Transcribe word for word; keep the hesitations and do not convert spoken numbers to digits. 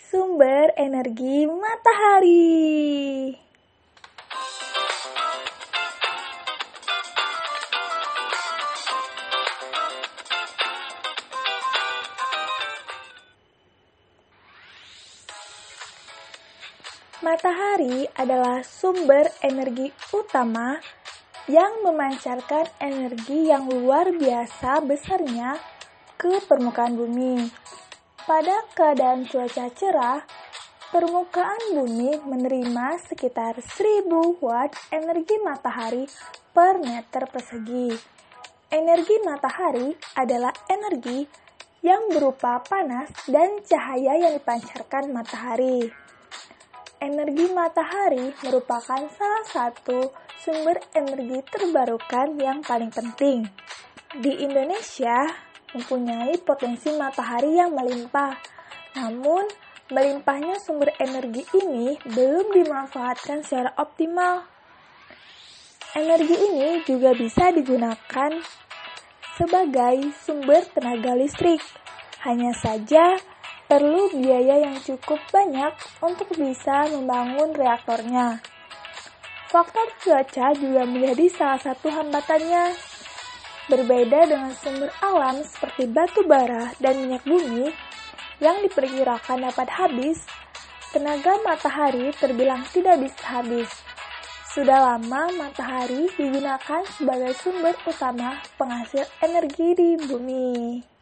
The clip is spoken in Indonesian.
sumber energi matahari. Matahari adalah sumber energi utama yang memancarkan energi yang luar biasa besarnya ke permukaan bumi. Pada keadaan cuaca cerah, permukaan bumi menerima sekitar seribu watt energi matahari per meter persegi. Energi matahari adalah energi yang berupa panas dan cahaya yang dipancarkan matahari. Energi matahari merupakan salah satu sumber energi terbarukan yang paling penting. Di Indonesia mempunyai potensi matahari yang melimpah, namun melimpahnya sumber energi ini belum dimanfaatkan secara optimal. Energi ini juga bisa digunakan sebagai sumber tenaga listrik, hanya saja perlu biaya yang cukup banyak untuk bisa membangun reaktornya. Faktor cuaca juga menjadi salah satu hambatannya. Berbeda dengan sumber alam seperti batu bara dan minyak bumi yang diperkirakan dapat habis, tenaga matahari terbilang tidak bisa habis. Sudah lama matahari digunakan sebagai sumber utama penghasil energi di bumi.